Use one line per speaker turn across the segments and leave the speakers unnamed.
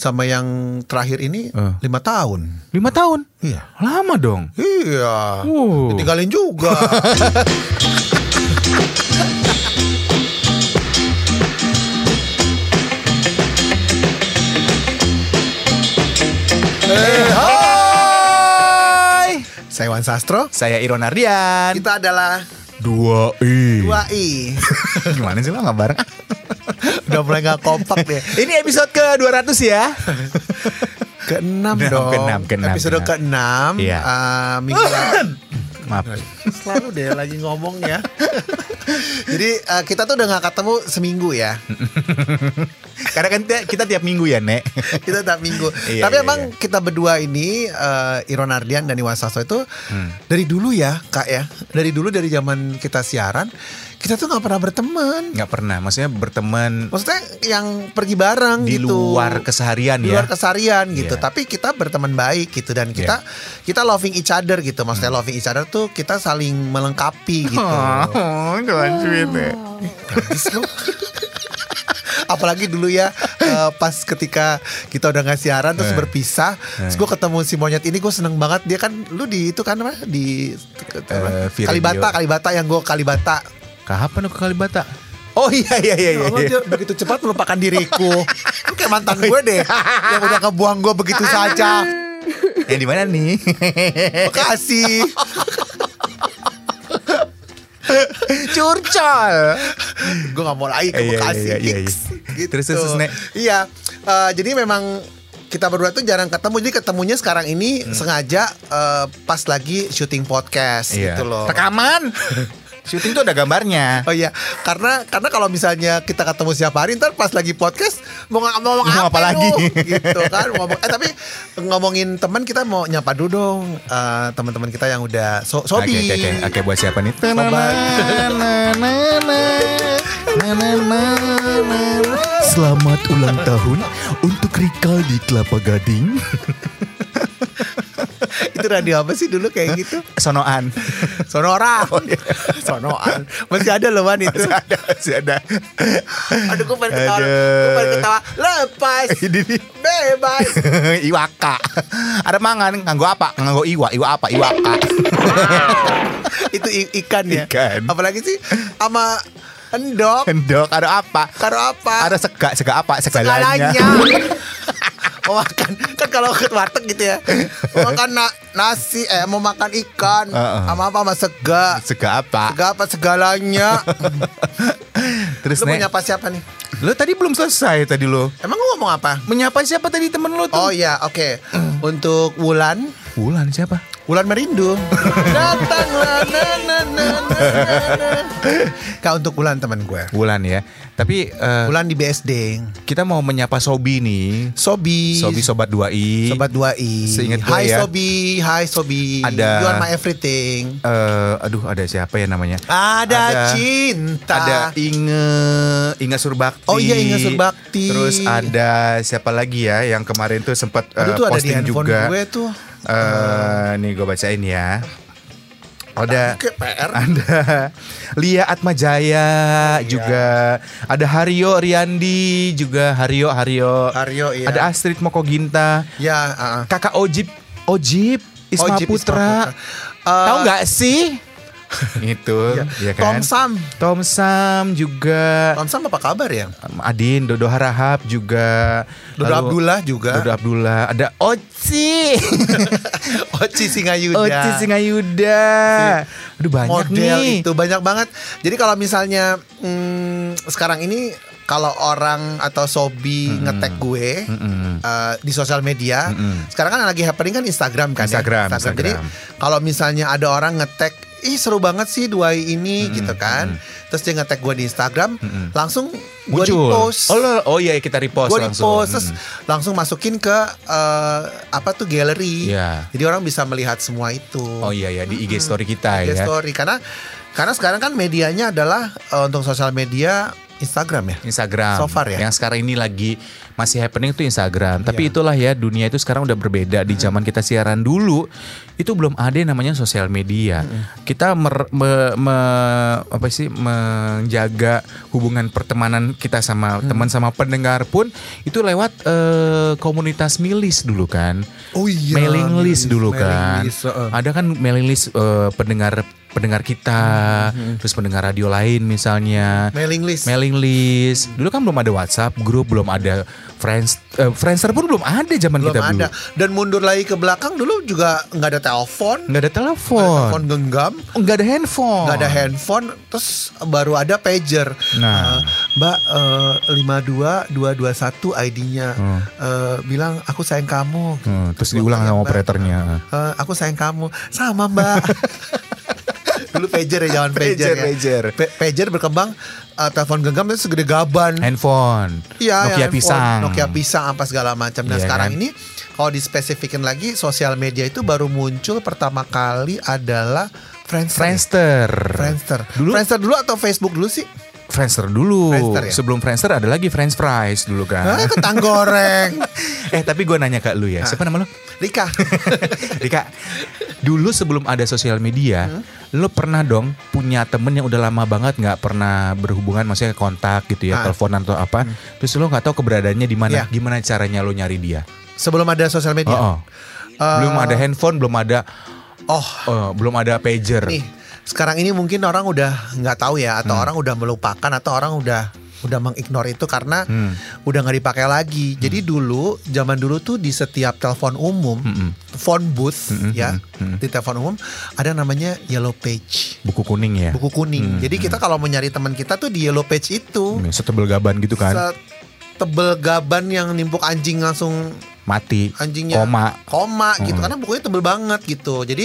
sama yang terakhir ini 5 tahun.
5 tahun?
Iya.
Lama dong.
Iya. Ditinggalin juga.
Hai.
Saya Wan Sastro.
Saya Iron Ardian.
Kita adalah
2i. Gimana sih lo gak bareng?
Udah mulai gak kompak deh.
Ini episode ke-200 ya.
Ke-6 dong. Episode ke-6.
Iya.
Minggu
Maaf.
Selalu deh lagi ngomong ya. Jadi kita tuh udah gak ketemu seminggu ya.
Karena kan kita tiap minggu ya, Nek.
Kita tiap minggu.
Iya,
Tapi
iya,
emang
iya.
kita berdua ini Iron Ardian dan Iwan Sastro itu dari dulu ya Kak ya. Dari dulu, dari zaman kita siaran, kita tuh gak pernah berteman.
Gak pernah, maksudnya berteman
Maksudnya yang pergi bareng
di
gitu.
luar keseharian
Di
ya.
luar keseharian gitu.
Iya.
Tapi kita berteman baik gitu. Dan kita loving each other gitu. Maksudnya loving each other tuh kita saling melengkapi gitu. Gadis lu. Apalagi dulu ya pas ketika kita udah gak siaran terus berpisah, terus gue ketemu si monyet ini, gue seneng banget. Dia kan lu di itu kan apa di Kalibata yang gue Kalibata.
Kapan lu ke Kalibata? Oh iya.
Allah, dia begitu cepat melupakan diriku. Lu kayak mantan gue deh yang udah ngebuang gue begitu saja.
Yang di mana nih?
Makasih.
Curcol.
Gue gak mau lagi ke Bekasi.
Iya.
Gitu.
Terus Nek.
Iya. Jadi memang kita berdua tuh jarang ketemu. Jadi ketemunya sekarang ini sengaja pas lagi syuting podcast gitu loh.
Rekaman. Syuting tuh ada gambarnya.
Oh iya, karena kalau misalnya kita ketemu siap hari, ntar pas lagi podcast mau ngomong apa
lagi?
Gitu kan. Tapi ngomongin teman, kita mau nyapa dulu dong teman-teman kita yang udah sobi.
Oke, buat siapa nih? Selamat ulang tahun untuk Rikal di Kelapa Gading.
Itu radio apa sih dulu kayak gitu?
Sonoan.
Sonora. Oh, iya. Sonoan. Masih ada loh Wan itu.
Masih ada.
Aduh, gue pengen ketawa. Lepas. Bebas.
Iwaka. Ada mangan nganggo apa? Nganggo iwa apa? Iwaka.
Itu ikan ya.
Ikan.
Apalagi sih sama endok.
Ada apa? Ada sega apa? Segalanya.
Mau makan kan kalau ke warteg gitu ya, mau makan nasi, mau makan ikan sama sega apa segalanya.
Terus
lu mau nyapa siapa nih?
Lu tadi belum selesai tadi lu.
Emang lu ngomong apa?
Menyapa siapa tadi temen lu tuh?
Oh iya, oke. Untuk Wulan
siapa?
Wulan Merindu. Datanglah Kak, untuk Wulan teman gue.
Wulan ya. Tapi
Wulan di BSD.
Kita mau menyapa Sobi nih. Sobi Sobat 2i.
Sobat 2i.
Seingat gue
Hai
ya.
Hai Sobi.
Ada
You are my everything.
Ada siapa ya namanya?
Ada Cinta.
Ada Inge Surbakti.
Oh iya, Inge Surbakti.
Terus ada siapa lagi ya yang kemarin tuh sempat
tuh
posting
ada di
juga.
gue tuh.
Nih gue bacain ya. Ada
PR.
Ada Lia Atmajaya juga. Ada Haryo Riyandi juga. Haryo
iya.
Ada Astrid Mokoginta.
Ya,
Kakak Ojib Isma Putra. Tahu nggak sih? Itu ya kan. Tom Sam juga.
Tom Sam apa kabar ya?
Adin Dodo Harahap juga.
Dodo Abdullah. Ada
Oci.
Oci Singayuda.
Aduh banyak
model
nih.
Itu banyak banget. Jadi kalau misalnya sekarang ini kalau orang atau Sobi nge-tag gue di sosial media, sekarang kan lagi happening kan Instagram kan.
Instagram.
Jadi kalau misalnya ada orang nge-tag, ih seru banget sih 2i ini gitu kan. Terus dia nge-tag gue di Instagram, langsung gue repost.
Oh iya, kita repost langsung.
Gue repost, terus langsung masukin ke galeri.
Yeah.
Jadi orang bisa melihat semua itu.
Oh iya di IG story kita
IG
ya.
story karena sekarang kan medianya adalah untuk sosial media Instagram ya.
Instagram.
So far ya.
Yang sekarang ini lagi
masih happening tuh Instagram. Tapi itulah ya, dunia itu sekarang udah berbeda. Di zaman kita siaran dulu itu belum ada yang namanya sosial media. Kita menjaga hubungan pertemanan kita sama teman sama pendengar pun itu lewat komunitas milis dulu kan.
Oh iya,
mailing list dulu kan.
list,
Ada kan mailing list pendengar kita, terus pendengar radio lain misalnya.
Mailing list.
Dulu kan belum ada WhatsApp grup, belum ada Friendster pun belum ada zaman
Belum
kita
ada.
dulu.
Dan mundur lagi ke belakang dulu juga nggak ada telepon.
Nggak ada telepon.
Telepon genggam.
Nggak ada handphone.
Nggak ada handphone. Terus baru ada pager.
Nah.
Mbak 52221 ID-nya. Bilang aku sayang kamu.
Terus diulang sama operatornya.
Aku sayang kamu. Sama Mbak. Dulu pager ya, zaman pager ya. Pager berkembang, telepon genggam itu segede gaban.
Handphone.
Iya,
Nokia pisang.
Nokia pisang apa segala macam. Nah,
Iya,
sekarang
kan?
ini kalau dispesifikin lagi, sosial media itu baru muncul pertama kali adalah Friendster. Friendster dulu atau Facebook dulu sih?
Friendster dulu.
Friendster ya?
Sebelum Friendster ada lagi French fries dulu kan.
Kentang goreng.
Tapi gue nanya ke lu ya, siapa nama lu?
Rika.
Rika, dulu sebelum ada sosial media, lu pernah dong punya temen yang udah lama banget nggak pernah berhubungan, maksudnya kontak gitu ya, teleponan atau apa, terus lu nggak tahu keberadaannya di mana, gimana caranya lu nyari dia?
Sebelum ada sosial media.
Belum ada handphone, belum ada pager.
Nih, sekarang ini mungkin orang udah nggak tahu ya, atau orang udah melupakan, atau orang udah mengignore itu karena udah nggak dipakai lagi. Jadi zaman dulu tuh di setiap telepon umum, phone booth di telepon umum ada namanya yellow page.
Buku kuning ya.
Buku kuning. Jadi kita kalau mau nyari teman kita tuh di yellow page itu.
Setebel gaban gitu kan.
Setebel gaban yang nimpuk anjing langsung
mati.
Anjingnya koma gitu, karena bukunya tebel banget gitu. Jadi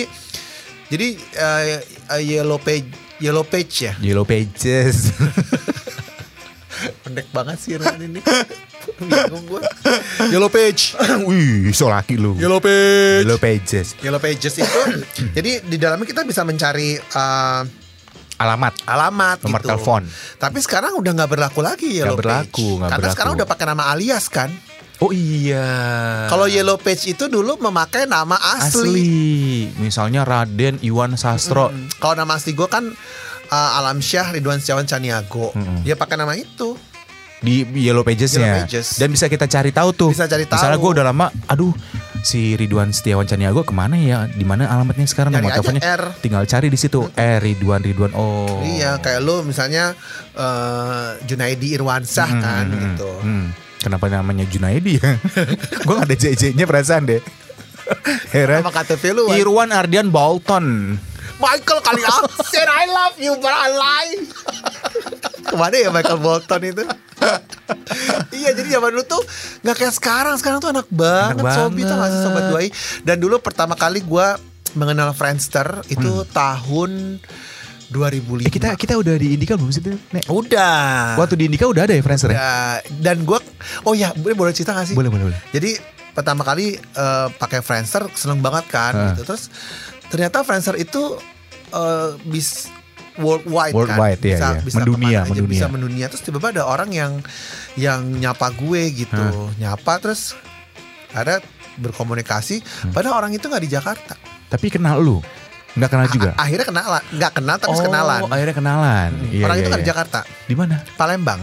yellow page ya.
Yellow pages.
Pendek banget sih ini. Bingung gue. Yellow page.
Wih, so laki lu.
Yellow page.
Yellow pages
itu. Jadi di dalamnya kita bisa mencari alamat
nomor
gitu.
telepon.
Tapi sekarang udah nggak berlaku lagi yellow page. Karena sekarang udah pakai nama alias kan.
Oh iya.
Kalau yellow page itu dulu memakai nama asli.
Misalnya Raden Iwan Sastro.
Kalau nama asli gue kan Alamsyah Ridwan Setiawan Caniago. Dia pakai nama itu
di Yellow Pages-nya. Dan bisa kita cari tahu tuh. Misalnya gue udah lama, aduh si Ridwan Setiawan Caniago kemana ya? Di mana alamatnya sekarang? Nomor teleponnya tinggal cari di situ. Ridwan. Oh.
Iya, kayak lu misalnya Junaidi Irwansah kan gitu.
Kenapa namanya Junaidi ya? Gue gak ada JJ-nya perasaan deh. Heran.
Nama KTP lu
Irwan Ardian Bolton.
Michael kali said I love you but I lie. Kemana ya Michael Bolton itu? Iya, jadi zaman dulu tuh gak kayak sekarang. Sekarang tuh enak banget. Sobi tuh gak sih Sobat Duai. Dan dulu pertama kali gue mengenal Friendster itu tahun 2005.
Kita udah di Indika belum sih tuh, Nek?
Udah.
Waktu di Indika udah ada ya Friendster
ya? Dan gue, boleh cerita gak sih?
Boleh.
Jadi pertama kali pakai Friendster seneng banget kan gitu. Terus ternyata Friendster itu worldwide kan,
bisa mendunia.
Bisa mendunia. Terus tiba-tiba ada orang yang nyapa gue gitu, nyapa terus ada berkomunikasi. Padahal orang itu nggak di Jakarta.
Tapi kenal lu? Nggak kenal juga?
Akhirnya kenalan, nggak kenal tapi kenalan.
Akhirnya kenalan.
Orang itu nggak di Jakarta.
Di mana?
Palembang.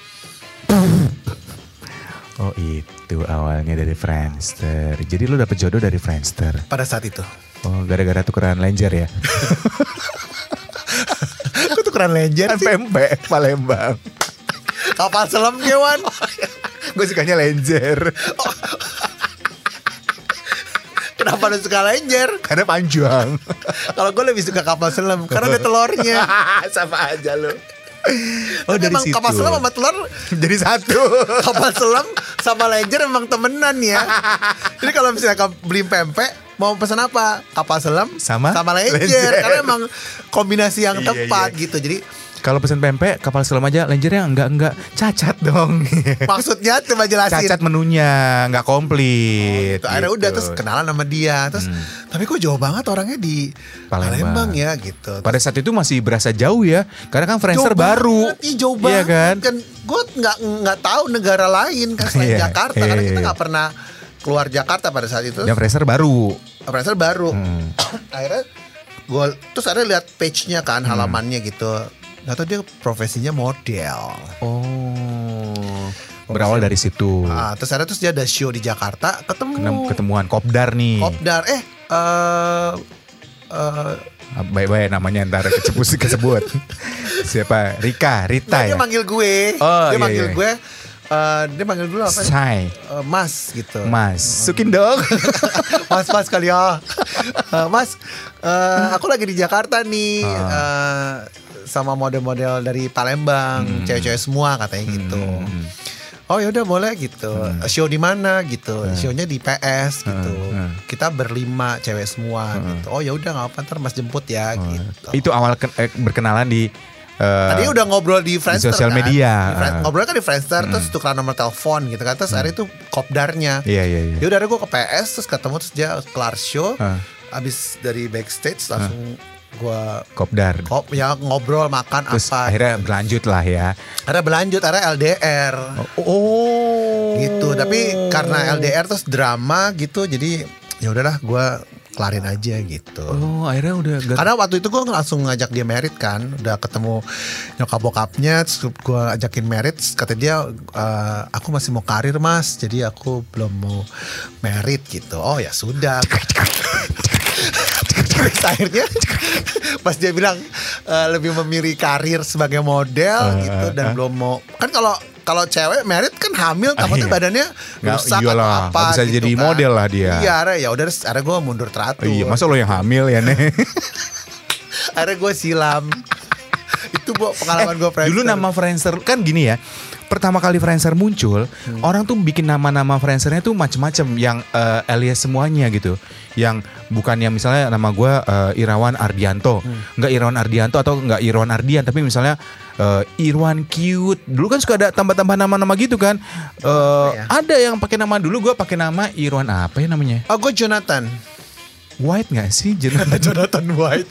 Oh itu awalnya dari Friendster. Jadi lu dapet jodoh dari Friendster
pada saat itu.
Oh gara-gara tukeran lenjer ya.
Kok tukeran lenjer sih?
Pempek Palembang.
Kapal selam Kewan.
Gue sukanya lenjer.
Kenapa lu suka lenjer?
Karena panjang.
Kalau gue lebih suka kapal selam karena ada telurnya.
Sama aja lu.
Oh dari situ. Kapal selam sama telur
jadi satu.
Kapal selam sama lenjer emang temenan ya. Jadi kalau misalnya beli pempek, mau pesan apa? Kapal selam sama lenjer. Karena emang kombinasi yang tepat gitu. Jadi
Kalau pesen pempek kapal selam aja lenjernya enggak cacat dong.
Maksudnya coba jelasin.
Cacat menunya enggak komplit.
Gitu. Akhirnya udah terus kenalan sama dia. Terus tapi kok jauh banget orangnya di Palembang ya gitu.
Pada saat itu masih berasa jauh ya, karena kan Friendster baru.
Jauh
Iya
banget
kan?
Gue nggak tahu negara lain kan selain
Iya,
Jakarta karena kita nggak pernah keluar Jakarta pada saat itu.
Dan Friendster baru.
Akhirnya gue terus ada lihat page-nya kan halamannya gitu. Nggak tahu dia profesinya model.
Oh. Berawal dari situ.
Terus dia ada show di Jakarta,
Ketemuan Kopdar nih.
Kopdar
baik-baik namanya ntar kesebut. Siapa? Rita
dia
ya?
manggil gue. Dia manggil gue. Dia manggil dulu apa?
Say.
Mas gitu.
Mas, sukin dong.
Mas kali ya. Mas, aku lagi di Jakarta nih. Sama model-model dari Palembang, cewek-cewek semua katanya gitu. Oh ya udah boleh gitu. Show di mana gitu. Show-nya di PS gitu. Kita berlima cewek semua gitu. Oh ya udah enggak apa-apa ntar Mas jemput ya gitu.
Itu awal berkenalan di
tadi udah ngobrol di Friendster
sosial
kan?
media.
Ngobrol kan di Friendster terus tukeran nomor telepon gitu kan. Terus hari itu kopdarnya.
Iya.
Ya udah gue ke PS terus ketemu terus dia kelar show. Abis dari backstage langsung gue
Kopdar.
Ngobrol makan
terus
apa.
Akhirnya berlanjut lah ya.
Akhirnya LDR.
Oh.
Gitu. Tapi karena LDR terus drama gitu jadi ya udahlah gue kelarin aja gitu.
Oh, akhirnya udah
Karena waktu itu gue langsung ngajak dia merit kan. Udah ketemu nyokap bokapnya, terus gue ajakin merit. Kata dia, aku masih mau karir mas, jadi aku belum mau merit gitu. Oh ya sudah. Akhirnya pas dia bilang lebih memilih karir sebagai model gitu dan belum mau. Kan kalau cewek merit kan hamil takutnya badannya rusak atau apa
bisa
gitu
jadi
kan.
model lah dia.
Iya, ya udah akhirnya gue mundur teratur.
Iya, masa lo yang hamil ya nih.
Akhirnya gue silam. Itu pengalaman gue Friendster.
Dulu nama Friendster kan gini ya. Pertama kali Friendster muncul, orang tuh bikin nama-nama Friendsternya tuh macem-macem yang alias semuanya gitu. Yang bukan yang misalnya nama gue Irawan Ardianto, nggak Irawan Ardianto atau nggak Irwan Ardian, tapi misalnya Irwan Cute. Dulu kan suka ada tambah-tambah nama-nama gitu kan. Ada yang pakai nama dulu, gue pakai nama Irwan apa ya namanya?
Oh, gue Jonathan
White nggak sih?
Jonathan White.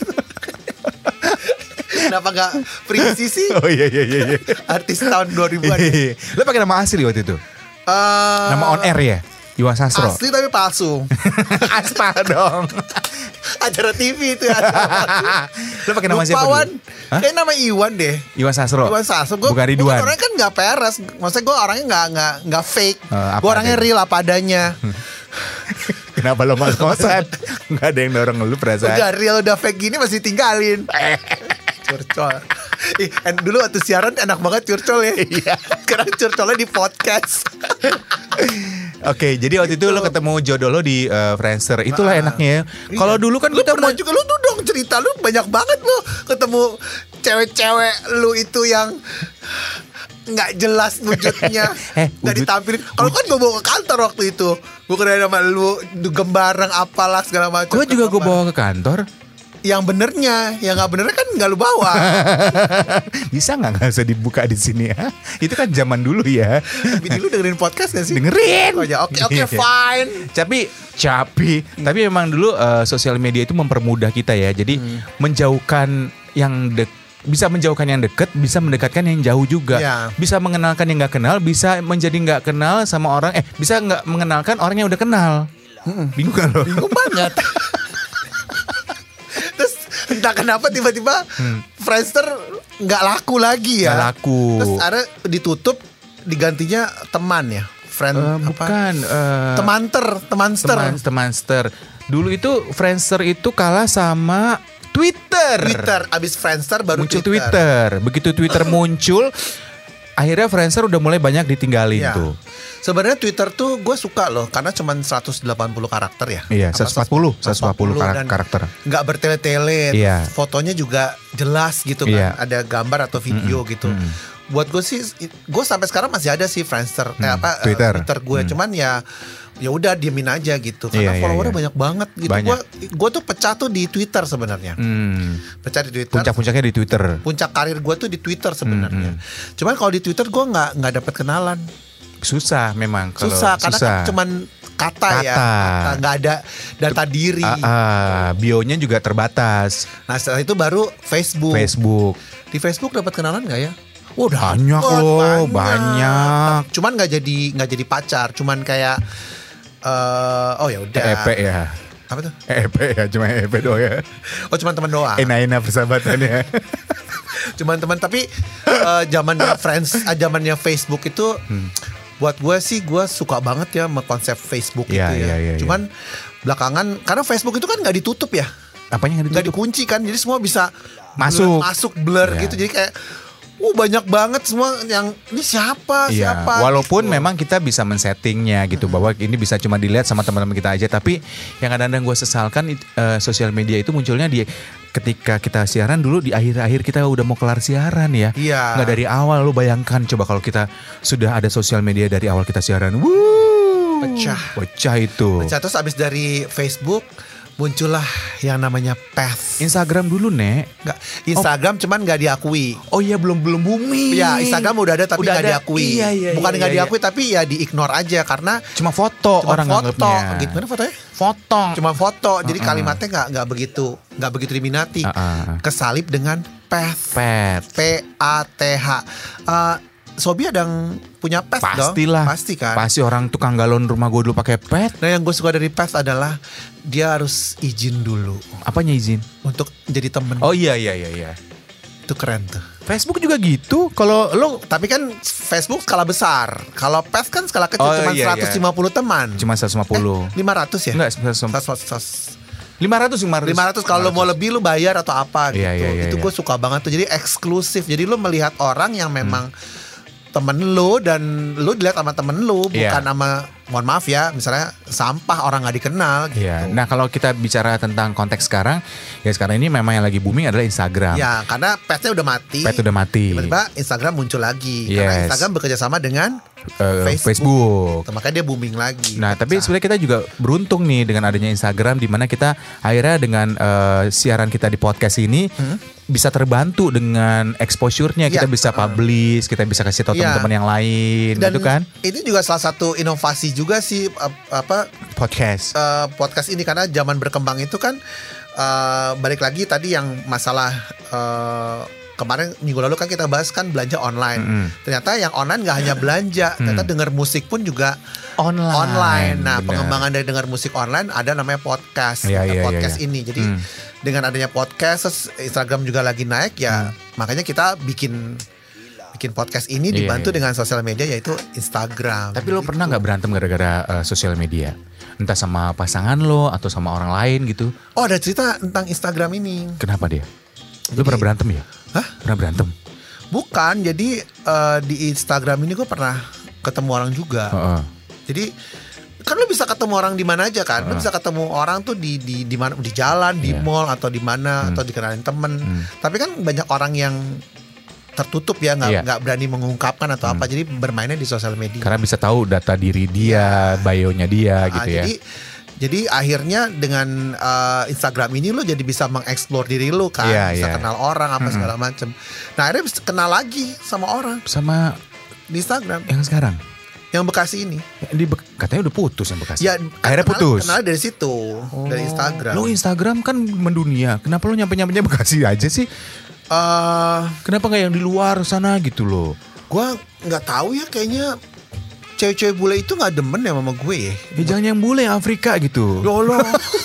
Kenapa gak Prissy sih?
Oh iya.
Artis tahun 2000-an.
Lo pakai nama asli waktu itu? Nama on air ya? Iwan Sastro.
Asli tapi palsu.
Aspal dong.
Acara TV itu ya.
Lo pakai nama siapa dulu?
Kayak nama Iwan deh.
Iwan Sastro. Bukan Ridwan.
Orangnya kan gak peres. Maksudnya gue orangnya gak fake. Gue orangnya
adanya?
real apa adanya.
Kenapa lo mas-kosan? Gak ada yang dorong lu perasaan.
Udah real udah fake gini masih tinggalin. Curcol. Dulu waktu siaran enak banget curcol ya. Iya. Sekarang curcolnya di podcast.
Oke, jadi waktu itu lo ketemu jodoh lo di Friendster. Itulah enaknya. Kalau dulu kan
lu
kita
pernah juga lu tuh dong cerita lu banyak banget lu ketemu cewek-cewek lu itu yang nggak jelas wujudnya, nggak ditampilin. Kalau kan gue bawa ke kantor waktu itu, gue kira sama lu gembarang apalah segala macam.
gue juga gue bawa ke kantor.
Yang benernya, yang nggak benernya kan nggak lu bawa.
Bisa nggak usah dibuka di sini ya? Itu kan zaman dulu ya.
Tapi dulu dengerin podcast gak sih?
Dengerin.
Oh ya, oke fine.
Tapi memang dulu sosial media itu mempermudah kita ya. Jadi menjauhkan yang bisa menjauhkan yang dekat, bisa mendekatkan yang jauh juga.
Ya.
Bisa mengenalkan yang nggak kenal, bisa menjadi nggak kenal sama orang. Bisa nggak mengenalkan orang yang udah kenal. Bingung kan lo?
Bingung banget. Terus entah kenapa tiba-tiba Friendster nggak laku lagi ya.
Nggak laku.
Terus ada ditutup, digantinya teman ya.
Bukan.
Temanster.
Dulu itu Friendster itu kalah sama Twitter.
Abis Friendster baru
muncul Twitter. Begitu Twitter muncul, akhirnya Friendster udah mulai banyak ditinggalin tuh.
Sebenarnya Twitter tuh gue suka loh karena cuma 180 karakter ya.
Iya, 140 karakter.
Nggak bertele-tele.
Iya.
Fotonya juga jelas gitu kan.
Iya.
Ada gambar atau video gitu. buat gue sih, gue sampai sekarang masih ada sih Friendster,
Twitter.
Twitter gue, cuman ya udah diemin aja gitu, karena
Iya,
followernya
iya.
banyak banget gitu.
Banyak.
Gue tuh pecah tuh di Twitter sebenarnya, pecah di Twitter.
Puncak-puncaknya di Twitter.
Puncak karir gue tuh di Twitter sebenarnya. Cuman kalau di Twitter gue nggak dapet kenalan,
Susah memang kalau
susah karena kan cuman kata ya, nggak ada data diri.
Bionya juga terbatas.
Nah setelah itu baru Facebook. Di Facebook dapat kenalan nggak ya? Oh,
Banyak loh, banyak.
Cuman nggak jadi pacar, cuman kayak oh ya udah.
EP ya.
Apa tuh?
EP ya, cuma EP doang ya.
Oh cuman teman doang.
Enak-enak persahabatannya.
Cuman teman, tapi zamannya zamannya Facebook itu buat gue sih, gue suka banget ya sama konsep Facebook
Iya,
itu ya.
iya, iya,
Cuman belakangan karena Facebook itu kan nggak ditutup ya.
Apanya nggak
Nggak
ditutup?
dikunci kan, jadi semua bisa
Masuk.
blur
Iya.
gitu, jadi kayak banyak banget semua yang ini siapa
Iya,
siapa
walaupun
gitu.
memang kita bisa men-settingnya gitu bahwa ini bisa cuma dilihat sama teman-teman kita aja, tapi yang kadang-kadang gue sesalkan sosial media itu munculnya di ketika kita siaran dulu di akhir-akhir kita udah mau kelar siaran ya.
Iya.
Nggak dari awal. Lu bayangkan coba kalau kita sudah ada sosial media dari awal kita siaran. Pecah itu.
Terus abis dari Facebook muncullah yang namanya Path.
Instagram dulu, Nek.
Nggak, Instagram cuman nggak diakui.
Oh iya, belum booming.
Ya Instagram udah ada tapi
Udah
nggak
ada.
diakui.
Iya,
Bukan nggak
iya.
diakui tapi ya diignore aja karena
Cuma foto
cuma
orang
foto.
nganggapnya.
Gimana fotonya?
Foto.
Cuma foto. Jadi kalimatnya nggak begitu diminati. Kesalip dengan Path. PATH. Sobi ada yang punya Path dong?
Pastilah.
Pasti kan?
Pasti orang tukang galon rumah gue dulu pakai pet.
Nah yang gue suka dari Path adalah dia harus izin dulu
Apanya izin?
untuk jadi temen.
Oh iya.
Itu keren tuh.
Facebook juga gitu. Kalau lo
Tapi kan Facebook skala besar. Kalau Path kan skala kecil,
Oh,
cuma
iya,
150 teman.
cuma 150.
500 ya?
Enggak, 500.
500 kalau lo mau lebih lo bayar atau apa gitu.
Iya,
Itu
iya.
gue suka banget tuh. Jadi eksklusif. Jadi lo melihat orang yang memang temen lo dan lo dilihat sama temen lo, bukan
Iya.
sama, mohon maaf ya, misalnya sampah orang nggak dikenal gitu.
Iya. Nah, kalau kita bicara tentang konteks sekarang, ya sekarang ini memang yang lagi booming adalah Instagram.
Ya karena Path-nya udah mati.
Pet udah mati.
Tiba-tiba Instagram muncul lagi. Karena
Yes.
Instagram bekerja sama dengan
Facebook.
Makanya dia booming lagi.
Nah, tapi sebenarnya kita juga beruntung nih dengan adanya Instagram, di mana kita akhirnya dengan siaran kita di podcast ini bisa terbantu dengan exposure-nya. Kita
Iya.
bisa publish, kita bisa kasih tahu
Iya.
teman-teman yang lain,
Dan
gitu kan?
ini juga salah satu inovasi juga sih
Podcast.
podcast ini, karena zaman berkembang itu kan balik lagi tadi yang masalah kemarin minggu lalu kan kita bahas kan belanja online. Ternyata yang online nggak hanya belanja, ternyata denger musik pun juga online. Nah,
benar.
pengembangan dari dengar musik online ada namanya podcast.
Iya,
Nah,
iya,
podcast
iya.
ini. Jadi dengan adanya podcast, terus Instagram juga lagi naik ya. Makanya kita bikin podcast ini
Iya,
dibantu
iya.
dengan sosial media yaitu Instagram.
Tapi lo pernah nggak berantem gara-gara sosial media? Entah sama pasangan lo atau sama orang lain gitu?
Oh, ada cerita tentang Instagram ini.
Kenapa dia? Lo pernah berantem ya?
Hah?
Pernah berantem?
Bukan, jadi di Instagram ini gue pernah ketemu orang juga.
Heeh.
Jadi kan lu bisa ketemu orang di mana aja kan? Lu bisa ketemu orang tuh di mana, di jalan, di
Iya.
mall atau di mana, atau dikenalin temen. Tapi kan banyak orang yang tertutup ya,
Iya.
nggak berani mengungkapkan atau apa. Jadi bermainnya di sosial media.
Karena bisa tahu data diri dia, bio-nya dia gitu ya.
Jadi akhirnya dengan Instagram ini lo jadi bisa mengeksplor diri lo kan,
Iya,
bisa
iya.
kenal orang apa segala macem. Nah akhirnya bisa kenal lagi sama orang
Sama
di Instagram
yang sekarang.
yang Bekasi ini.
Katanya udah putus yang Bekasi.
Ya
Akhirnya putus.
Kenal dari situ, dari Instagram.
Lo Instagram kan mendunia. Kenapa lo nyampe-nyampenya Bekasi aja sih? Kenapa nggak yang di luar sana gitu loh?
Gue nggak tahu ya, kayaknya cewek-cewek bule itu nggak demen ya sama gue ya.
Ya jangan yang bule yang Afrika gitu.
Yolo.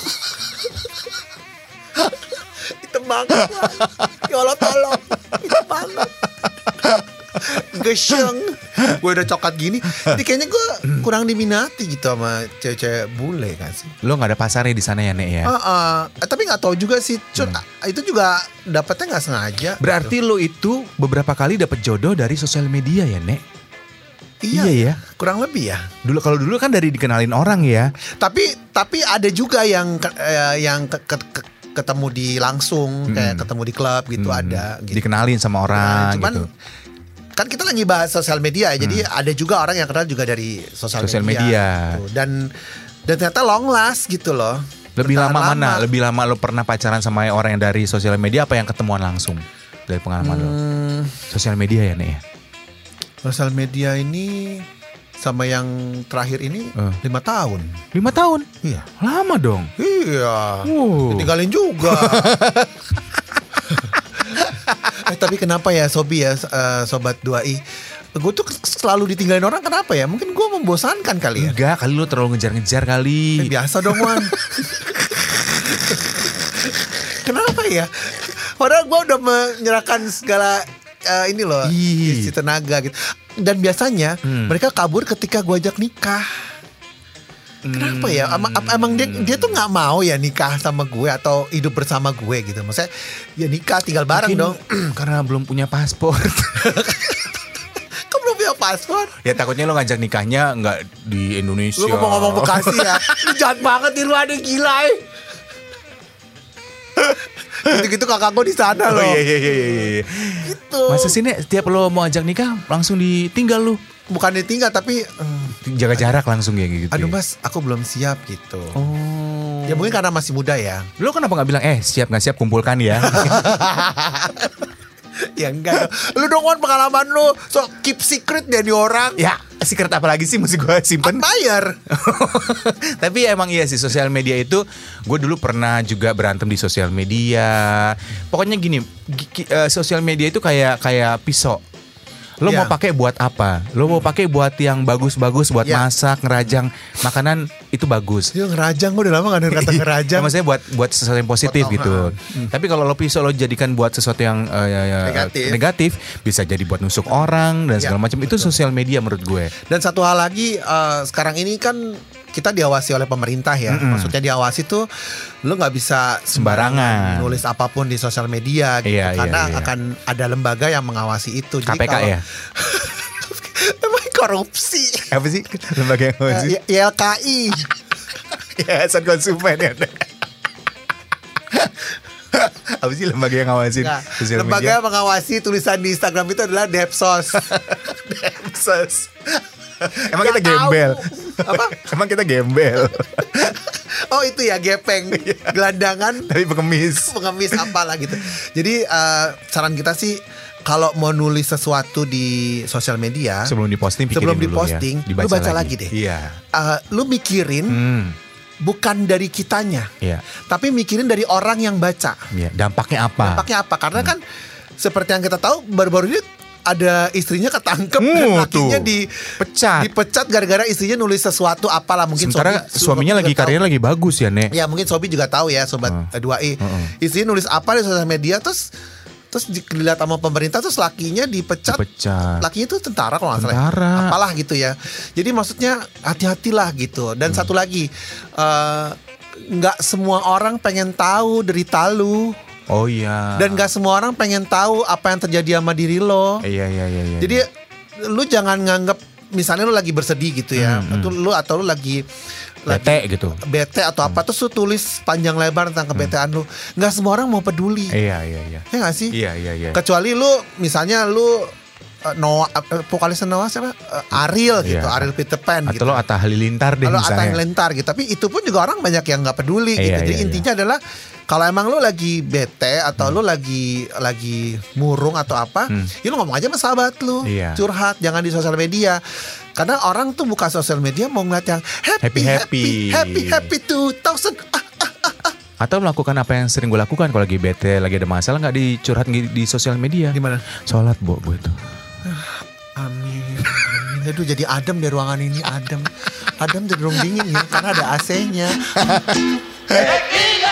Itu banget. Yolo tolong. Itu banget. Gesyeng. Gue udah coklat gini. Jadi kayaknya gue kurang diminati gitu sama cewek-cewek bule kan sih.
Lo nggak ada pasarnya di sana ya, Nek ya?
Tapi nggak tahu juga sih. Itu juga dapetnya nggak sengaja.
Berarti lo itu beberapa kali dapet jodoh dari sosial media ya, Nek?
Iya
ya.
Kurang lebih ya.
Kalau dulu kan dari dikenalin orang ya.
Tapi ada juga yang ketemu di langsung, kayak ketemu di klub gitu, ada gitu.
Dikenalin sama orang
Cuman
gitu.
kan kita lagi bahas sosial media, jadi ada juga orang yang kenal juga dari sosial media. Gitu. Dan ternyata long last gitu loh.
Lebih lama mana? Lebih lama lo pernah pacaran sama orang yang dari sosial media apa yang ketemuan langsung dari pengalaman lo? Sosial media ya nih.
Sosial media ini sama yang terakhir ini 5 tahun.
5 tahun?
Iya.
Lama dong.
Iya. Ditinggalin juga. Tapi kenapa ya Sobi ya Sobat 2i, gue tuh selalu ditinggalin orang, kenapa ya? Mungkin gue membosankan kali ya.
Enggak, kali lu terlalu ngejar-ngejar kali.
Biasa dong Wan. Kenapa ya? Padahal gue udah menyerahkan segala ini loh, isi tenaga gitu. Dan biasanya mereka kabur ketika gue ajak nikah. Kenapa ya? Emang dia tuh nggak mau ya nikah sama gue atau hidup bersama gue gitu. Maksudnya ya nikah tinggal bareng dong.
Karena belum punya paspor.
Kok belum punya paspor?
Ya takutnya lo ngajak nikahnya nggak di Indonesia.
Lu ngomong Bekasi ya. Lu jahat banget di luar, ada gila gitu-gitu kakak gue di sana loh.
Iya.
Gitu.
Masa sini setiap lo mau ajak nikah langsung ditinggal lu?
Bukan ditinggal tapi
jaga jarak langsung ya gitu.
Aduh mas, aku belum siap gitu.
Oh.
Ya mungkin karena masih muda ya.
Lo kenapa gak bilang siap gak siap kumpulkan ya?
Ya enggak. Lu dong Wan, pengalaman lu. So keep secret deh di orang.
Ya secret apa lagi sih mesti gue simpen?
Bayar.
Tapi emang iya sih, sosial media itu gue dulu pernah juga berantem di sosial media. Pokoknya gini, sosial media itu kayak pisau. Lo mau pakai buat apa? Lo mau pakai buat yang bagus-bagus, buat masak, ngerajang makanan, itu bagus.
Dia ngerajang, gue udah lama gak denger kata ngerajang.
Maksudnya buat sesuatu yang positif gitu. Tapi kalau lo pisau lo jadikan buat sesuatu yang negatif, bisa jadi buat nusuk orang dan segala macam. Itu sosial media menurut gue.
Dan satu hal lagi, sekarang ini kan kita diawasi oleh pemerintah ya. Maksudnya diawasi tuh lo nggak bisa sembarangan nulis apapun di sosial media gitu. Karena akan ada lembaga yang mengawasi itu. Jadi
KPK ya?
Emang korupsi.
Apa sih lembaga yang ngawasi?
YLKI.
Yayasan Konsumen ya. Apa sih lembaga yang ngawasin sosial media?
Lembaga yang mengawasi tulisan di Instagram itu adalah Depsos.
Depsos. Emang kita gembel?
Apa?
Emang kita gembel?
Oh itu ya, gepeng, gelandangan,
tapi pengemis
apalah gitu. Jadi saran kita sih, kalau mau nulis sesuatu di sosial media, sebelum diposting, lu baca lagi deh.
Iya.
Lu mikirin bukan dari kitanya, tapi mikirin dari orang yang baca.
Dampaknya apa?
Karena kan seperti yang kita tahu, baru-baru ini ada istrinya ketangkep dan lakinya dipecat gara-gara istrinya nulis sesuatu apalah, mungkin.
Sementara suaminya lagi karirnya lagi bagus ya, Nek.
Ya mungkin Sobi juga tahu ya, Sobat 2i. Istrinya nulis apa di sosial media, terus dilihat sama pemerintah, terus lakinya dipecat. Lakinya itu tentara kalau nggak salah. Apalah gitu ya. Jadi maksudnya hati-hatilah gitu. Dan satu lagi, nggak semua orang pengen tahu derita lu.
Oh iya.
Dan gak semua orang pengen tahu apa yang terjadi sama diri lo.
Iya.
Jadi lu jangan nganggep misalnya lu lagi bersedih gitu ya, atau lu lagi bete atau apa, terus lu tulis panjang lebar tentang kebetean lu. Nggak semua orang mau peduli.
Iya.
Ya nggak sih?
Iya.
Kecuali lu misalnya lu Noah, vokalis Noah siapa? Ariel gitu, Ariel Peter Pan
atau
gitu.
Atau lo Atta Halilintar deh misalnya.
Atta Halilintar gitu. Tapi itu pun juga orang banyak yang nggak peduli gitu. Jadi intinya adalah kalau emang lu lagi bete atau lu lagi murung atau apa, ya lu ngomong aja sama sahabat lu, curhat, jangan di sosial media. Karena orang tuh buka sosial media mau ngeliat yang happy 2000.
Atau melakukan apa yang sering gue lakukan kalau lagi bete, lagi ada masalah, nggak dicurhat di sosial media.
Gimana?
Sholat gue itu.
Amin. Aduh, jadi adem di ruangan ini, adem cenderung dingin ya karena ada AC-nya.